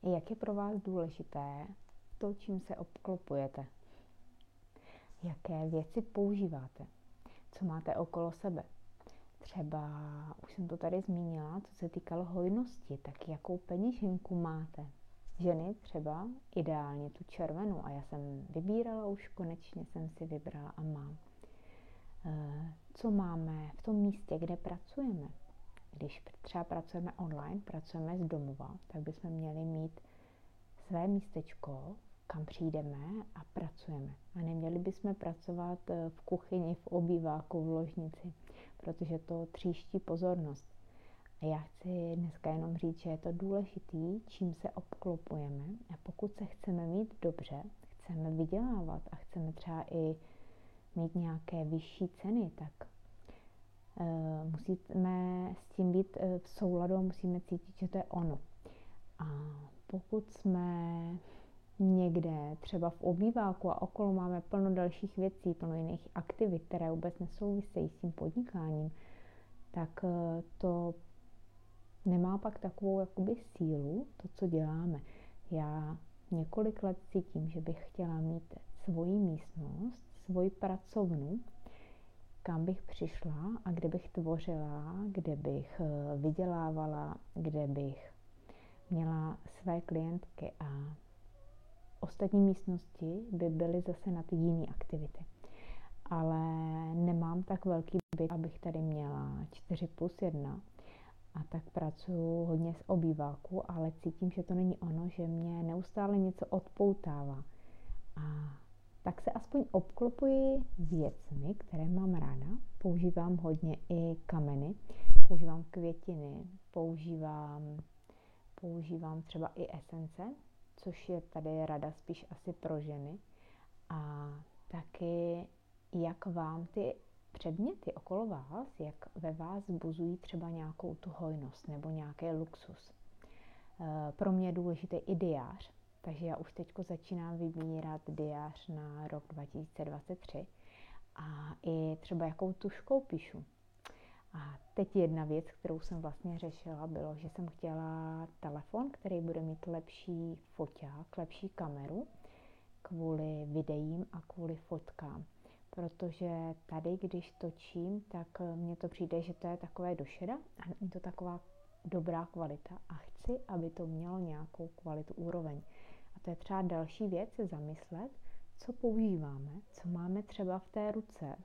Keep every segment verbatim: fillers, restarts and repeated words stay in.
Jak je pro vás důležité to, čím se obklopujete? Jaké věci používáte? Co máte okolo sebe? Třeba, už jsem to tady zmínila, co se týkalo hojnosti, tak jakou peněženku máte? Ženy třeba ideálně tu červenou a já jsem vybírala už, konečně jsem si vybrala a mám. Co máme v tom místě, kde pracujeme? Když třeba pracujeme online, pracujeme z domova, tak bychom měli mít své místečko, kam přijdeme a pracujeme. A neměli bychom pracovat v kuchyni, v obýváku, v ložnici, protože to tříští pozornost. A já chci dneska jenom říct, že je to důležitý, čím se obklopujeme. A pokud se chceme mít dobře, chceme vydělávat a chceme třeba i mít nějaké vyšší ceny, tak uh, musíme s tím být uh, v souladu, musíme cítit, že to je ono. A pokud jsme někde, třeba v obýváku a okolo máme plno dalších věcí, plno jiných aktivit, které vůbec nesouvisejí s tím podnikáním, tak uh, to nemá pak takovou jakoby sílu, to, co děláme. Já několik let cítím, že bych chtěla mít svoji místnost, svoji pracovnu, kam bych přišla a kde bych tvořila, kde bych vydělávala, kde bych měla své klientky a ostatní místnosti by byly zase na ty jiné aktivity. Ale nemám tak velký byt, abych tady měla čtyři plus jedna. A tak pracuji hodně z obýváku, ale cítím, že to není ono, že mě neustále něco odpoutává. A tak se aspoň obklopuji věcmi, které mám ráda. Používám hodně i kameny, používám květiny, používám, používám třeba i esence, což je tady rada spíš asi pro ženy. A taky, jak vám ty předměty okolo vás, jak ve vás buzují třeba nějakou tu hojnost nebo nějaký luxus. Pro mě je důležitý i diář, takže já už teď začínám vybírat diář na rok dva tisíce dvacet tři a i třeba jakou tužkou píšu. A teď jedna věc, kterou jsem vlastně řešila, bylo, že jsem chtěla telefon, který bude mít lepší foťák, lepší kameru kvůli videím a kvůli fotkám. Protože tady, když točím, tak mně to přijde, že to je takové došeda a není to taková dobrá kvalita. A chci, aby to mělo nějakou kvalitu, úroveň. A to je třeba další věc, se zamyslet, co používáme, co máme třeba v té ruce,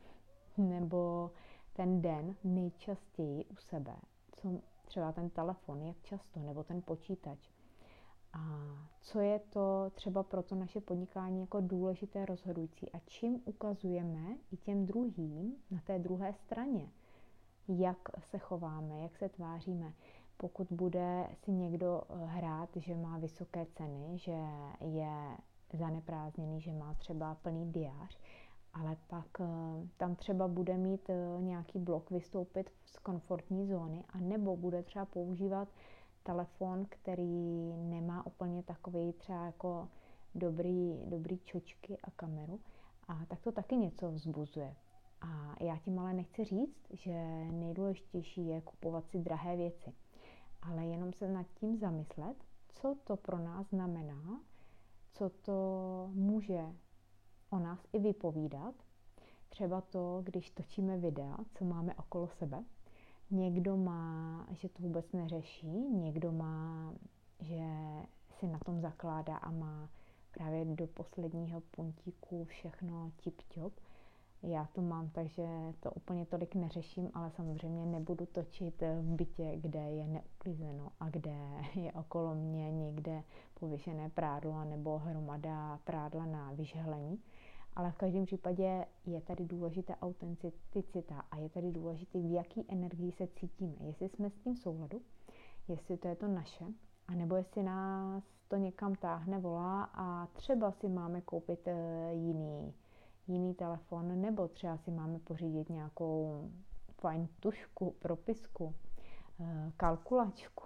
nebo ten den nejčastěji u sebe, co třeba ten telefon, jak často, nebo ten počítač. A co je to třeba pro to naše podnikání jako důležité, rozhodující a čím ukazujeme i těm druhým na té druhé straně, jak se chováme, jak se tváříme. Pokud bude si někdo hrát, že má vysoké ceny, že je zaneprázdněný, že má třeba plný diář, ale pak tam třeba bude mít nějaký blok vystoupit z komfortní zóny a nebo bude třeba používat telefon, který nemá úplně takový třeba jako dobrý, dobrý čočky a kameru. A tak to taky něco vzbuzuje. A já tím ale nechci říct, že nejdůležitější je kupovat si drahé věci. Ale jenom se nad tím zamyslet, co to pro nás znamená, co to může o nás i vypovídat. Třeba to, když točíme videa, co máme okolo sebe. Někdo má, že to vůbec neřeší, někdo má, že si na tom zakládá a má právě do posledního puntíku všechno tip-top. Já to mám, takže to úplně tolik neřeším, ale samozřejmě nebudu točit v bytě, kde je neuklizeno a kde je okolo mě někde pověšené prádlo nebo hromada prádla na vyžehlení. Ale v každém případě je tady důležitá autenticita a je tady důležitý, v jaký energii se cítíme. Jestli jsme s tím v souladu, jestli to je to naše, anebo jestli nás to někam táhne, volá a třeba si máme koupit jiný, jiný telefon, nebo třeba si máme pořídit nějakou fajn tužku, propisku, kalkulačku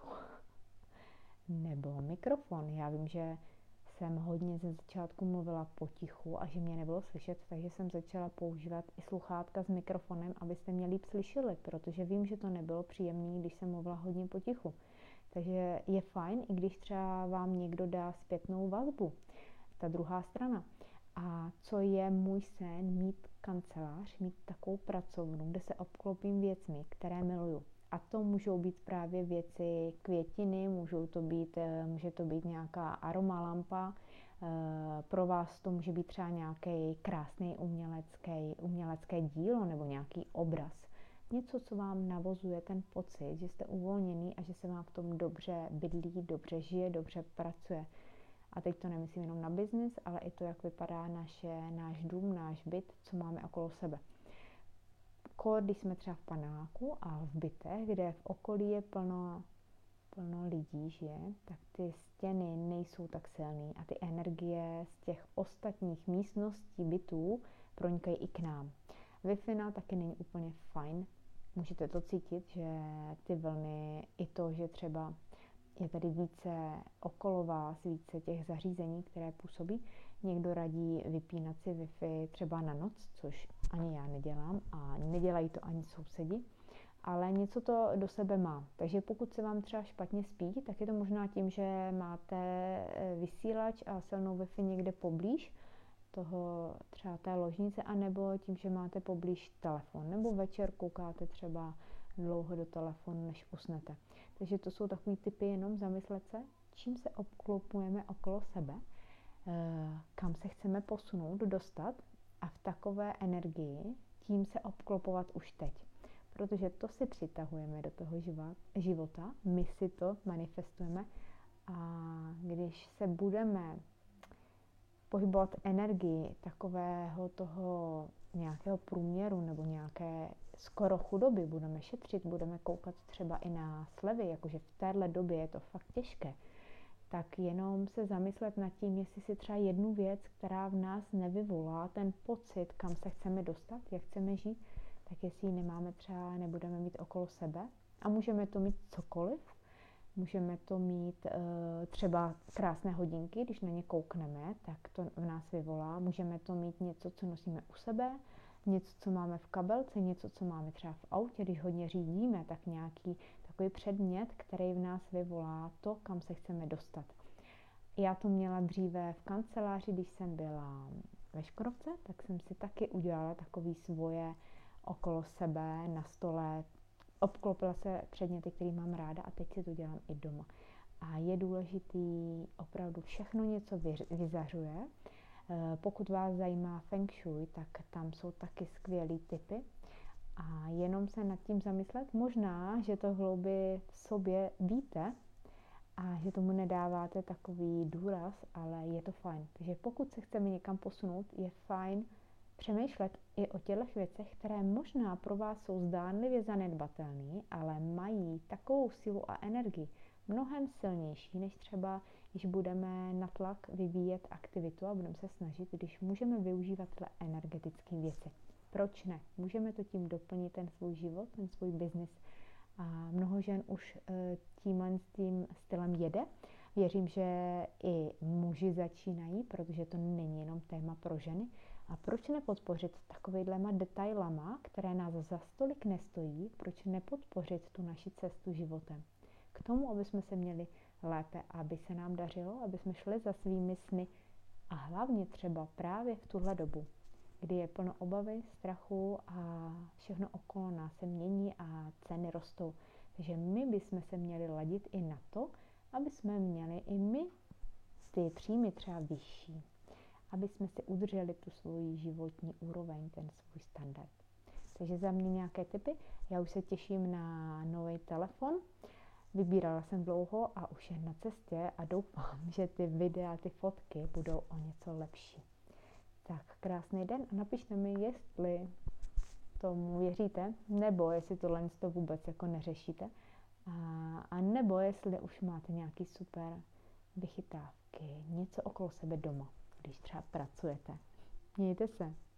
nebo mikrofon. Já vím, že jsem hodně ze začátku mluvila potichu a že mě nebylo slyšet, takže jsem začala používat i sluchátka s mikrofonem, abyste mě líp slyšeli, protože vím, že to nebylo příjemné, když jsem mluvila hodně potichu. Takže je fajn, i když třeba vám někdo dá zpětnou vazbu, ta druhá strana. A co je můj sen, mít kancelář, mít takovou pracovnu, kde se obklopím věcmi, které miluju. A to můžou být právě věci květiny, můžou to být, může to být nějaká aromalampa, pro vás to může být třeba nějaký krásný umělecký, umělecké dílo nebo nějaký obraz. Něco, co vám navozuje ten pocit, že jste uvolněný a že se vám v tom dobře bydlí, dobře žije, dobře pracuje. A teď to nemyslím jenom na biznis, ale i to, jak vypadá naše, náš dům, náš byt, co máme okolo sebe. Kor, když jsme třeba v paneláku a v bytech, kde v okolí je plno, plno lidí, že, tak ty stěny nejsou tak silné a ty energie z těch ostatních místností bytů pronikají i k nám. Wi-Fi taky není úplně fajn. Můžete to cítit, že ty vlny, i to, že třeba je tady více okolo vás, více těch zařízení, které působí. Někdo radí vypínat si Wi-Fi třeba na noc, což ani já nedělám a nedělají to ani sousedi, ale něco to do sebe má. Takže pokud se vám třeba špatně spí, tak je to možná tím, že máte vysílač a silnou Wi-Fi někde poblíž toho třeba té ložnice, anebo tím, že máte poblíž telefon, nebo večer koukáte třeba dlouho do telefonu, než usnete. Takže to jsou takový typy, jenom zamyslet se, čím se obklopujeme okolo sebe, kam se chceme posunout, dostat a v takové energii tím se obklopovat už teď. Protože to si přitahujeme do toho života, my si to manifestujeme a když se budeme pohybovat energii takového toho nějakého průměru nebo nějaké skoro chudoby, budeme šetřit, budeme koukat třeba i na slevy, jakože v téhle době je to fakt těžké, tak jenom se zamyslet nad tím, jestli si třeba jednu věc, která v nás nevyvolá ten pocit, kam se chceme dostat, jak chceme žít, tak jestli ji nemáme třeba, nebudeme mít okolo sebe. A můžeme to mít cokoliv. Můžeme to mít uh, třeba krásné hodinky, když na ně koukneme, tak to v nás vyvolá. Můžeme to mít něco, co nosíme u sebe, něco, co máme v kabelce, něco, co máme třeba v autě, když hodně řídíme, tak nějaký takový předmět, který v nás vyvolá to, kam se chceme dostat. Já to měla dříve v kanceláři, když jsem byla ve Škodovce, tak jsem si taky udělala takový svoje okolo sebe na stole, obklopila se předměty, které mám ráda a teď si to dělám i doma. A je důležitý opravdu všechno něco vyzařuje. Pokud vás zajímá Feng Shui, tak tam jsou taky skvělý tipy. A jenom se nad tím zamyslet, možná, že to hloubi v sobě víte a že tomu nedáváte takový důraz, ale je to fajn. Takže pokud se chceme někam posunout, je fajn přemýšlet i o těch věcech, které možná pro vás jsou zdánlivě zanedbatelné, ale mají takovou sílu a energii mnohem silnější, než třeba, když budeme na tlak vyvíjet aktivitu a budeme se snažit, když můžeme využívat tyhle energetické věci. Proč ne? Můžeme to tím doplnit ten svůj život, ten svůj biznis. A mnoho žen už tímhle s tím stylem jede. Věřím, že i muži začínají, protože to není jenom téma pro ženy. A proč nepodpořit takovýhlema detailama, které nás za stolik nestojí, proč nepodpořit tu naši cestu životem? K tomu, aby jsme se měli lépe, aby se nám dařilo, aby jsme šli za svými sny a hlavně třeba právě v tuhle dobu, kdy je plno obavy, strachu a všechno okolo nás se mění a ceny rostou. Takže my bychom se měli ladit i na to, aby jsme měli i my ty příjmy třeba vyšší, aby jsme si udrželi tu svoji životní úroveň, ten svůj standard. Takže za mě nějaké tipy. Já už se těším na nový telefon. Vybírala jsem dlouho a už je na cestě a doufám, že ty videa, ty fotky budou o něco lepší. Tak krásný den a napište mi, jestli tomu věříte, nebo jestli tohle to vůbec jako neřešíte, a, a nebo jestli už máte nějaký super vychytávky, něco okolo sebe doma, když třeba pracujete. Mějte se.